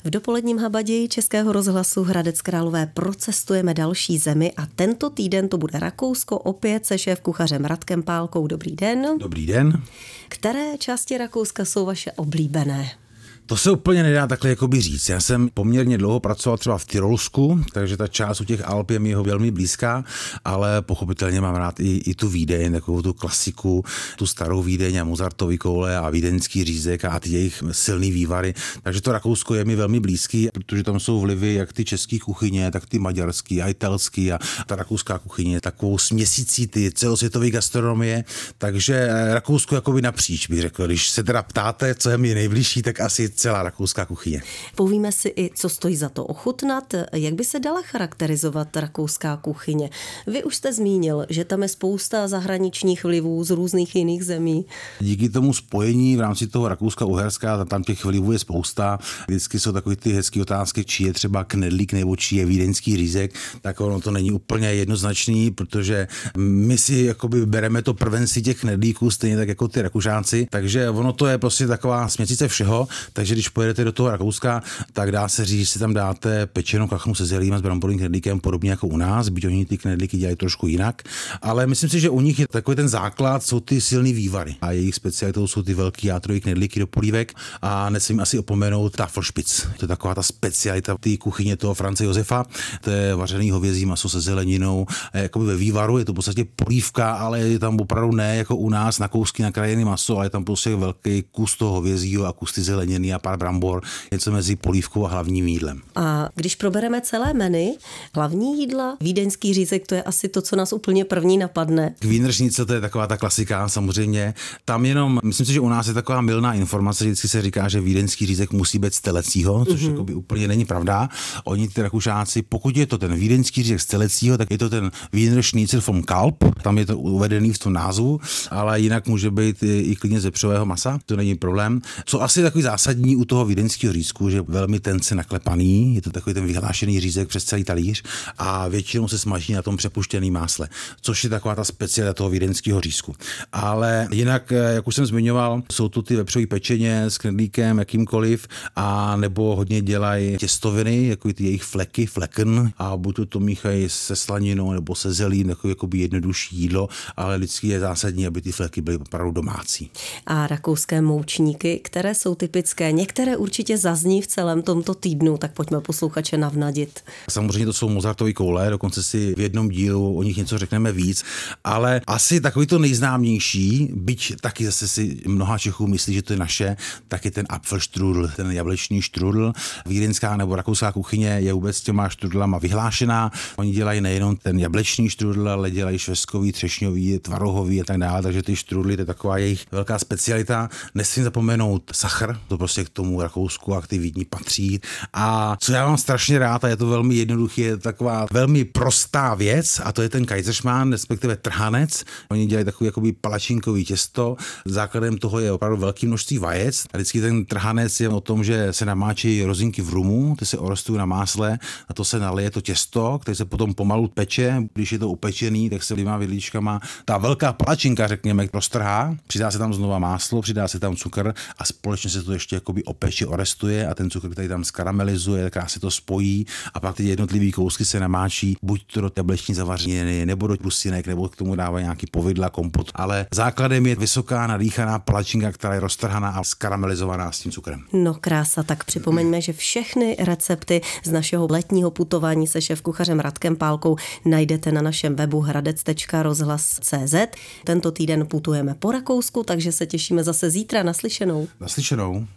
V dopoledním habaději Českého rozhlasu Hradec Králové procestujeme další zemi a tento týden to bude Rakousko, opět se šéfkuchařem Radkem Pálkou. Dobrý den. Dobrý den. Které části Rakouska jsou vaše oblíbené? To se úplně nedá takhle jakoby říct. Já jsem poměrně dlouho pracoval třeba v Tyrolsku, takže ta část u těch Alp je mi velmi blízká, ale pochopitelně mám rád i tu Vídeň, takovou tu klasiku, tu starou Vídeň a Mozartovy koule a vídeňský řízek a ty jejich silný vývary. Takže to Rakousko je mi velmi blízký, protože tam jsou vlivy jak ty české kuchyně, tak ty maďarský a italský a ta rakouská kuchyně, takovou směsicí ty celosvětové gastronomie. Takže Rakousko jakoby napříč bych řekl. Když se teda ptáte, co je mi nejbližší, tak asi celá rakouská kuchyně. Povíme si i, co stojí za to ochutnat. Jak by se dala charakterizovat rakouská kuchyně? Vy už jste zmínil, že tam je spousta zahraničních vlivů z různých jiných zemí. Díky tomu spojení v rámci toho Rakouska-Uherska, tam těch vlivů je spousta. Vždycky jsou takové ty hezké otázky, či je třeba knedlík nebo či je vídeňský řízek, tak ono to není úplně jednoznačný, protože my si jakoby bereme to prvenství těch knedlíků stejně tak jako ty Rakušánci, takže ono to je prostě taková směsice všeho. Takže když pojedete do toho Rakouska, tak dá se říct, že si tam dáte pečenou kachnu se zelím a s bramborovým knedlíkem, podobně jako u nás, byť oni ty knedlíky dělají trošku jinak, ale myslím si, že u nich je takový ten základ, jsou ty silný vývary a jejich specialitou jsou ty velký játrový knedlíky do polívek a nesmím asi opomenout Tafelspitz. To je taková ta specialita té kuchyně toho France Josefa, to je vařený hovězí maso se zeleninou, jakoby ve vývaru, je to v podstatě polívka, ale je tam opravdu ne jako u nás na kousky nakrájené maso, ale je tam prostě velký kus toho hovězího a kus ty zeleniny a pár brambor, něco mezi polívkou a hlavním jídlem. A když probereme celé menu, hlavní jídla, vídeňský řízek, to je asi to, co nás úplně první napadne. Vínršnice, to je taková ta klasika, samozřejmě. Tam jenom, myslím si, že u nás je taková mylná informace, vždycky se říká, že vídeňský řízek musí být z telecího, což jakoby úplně není pravda. Oni ty Rakušáci, pokud je to ten vídeňský řízek z telecího, tak je to ten Wienerschnitzel vom Kalb, tam je to uvedený v tom názvu, ale jinak může být i klidně ze vepřového masa, to není problém. Co asi takový zásadní u toho vídeňského řízku, že velmi tence naklepaný, je to takový ten vyhlášený řízek přes celý talíř a většinou se smaží na tom přepuštěném másle, což je taková ta specialita toho vídeňského řízku. Ale jinak, jak už jsem zmiňoval, jsou to ty vepřové pečeně s knedlíkem jakýmkoliv a nebo hodně dělají těstoviny, jako ty jejich fleky, flecken a buď to míchají se slaninou nebo se zelím, takový jakoby jednodušší jídlo, ale vždycky je zásadní, aby ty fleky byly opravdu domácí. A rakouské moučníky, které jsou typické, některé určitě zazní v celém tomto týdnu, tak pojďme posluchače navnadit. Samozřejmě to jsou Mozartovy koule, dokonce si v jednom dílu o nich něco řekneme víc, ale asi takový to nejznámější, byť taky zase si mnoha Čechů myslí, že to je naše, tak je ten Apfelstrudel, ten jablečný štrudl. Vídeňská nebo rakouská kuchyně je vůbec těma štrudlama vyhlášená. Oni dělají nejenom ten jablečný štrudl, ale dělají švestkový, třešňový, tvarohový a tak dále, takže ty štrudly, to je taková jejich velká specialita. Nesmím zapomenout sachr, to prostě k tomu Rakousku a k ty Vídni patří. A co já mám strašně rád, a je to velmi jednoduché, je taková velmi prostá věc, a to je ten Kaiserschmarrn, respektive trhanec. Oni dělají takový jakoby palačinkový těsto. Základem toho je opravdu velké množství vajec. A vždycky ten trhanec je o tom, že se namáčí rozinky v rumu, ty se orostují na másle, a to se nalije to těsto, které se potom pomalu peče. Když je to upečený, tak se dvěma vidličkama ta velká palačinka, řekněme, roztrhá. Přidá se tam znova máslo, přidá se tam cukr a společně se to ještě jakoby opeče, orestuje a ten cukr, který tam skaramelizuje, krásně to spojí a pak ty jednotlivé kousky se namáčí buď to do jableční zavařeniny, nebo do prusinek, nebo k tomu dávají nějaký povidla, kompot. Ale základem je vysoká nadýchaná palačinka, která je roztrhaná a skaramelizovaná s tím cukrem. No krása, tak připomeňme, že všechny recepty z našeho letního putování se šéfkuchařem Radkem Pálkou najdete na našem webu hradec.rozhlas.cz. Tento týden putujeme po Rakousku, takže se těšíme zase zítra. Naslyšenou. Naslyšenou.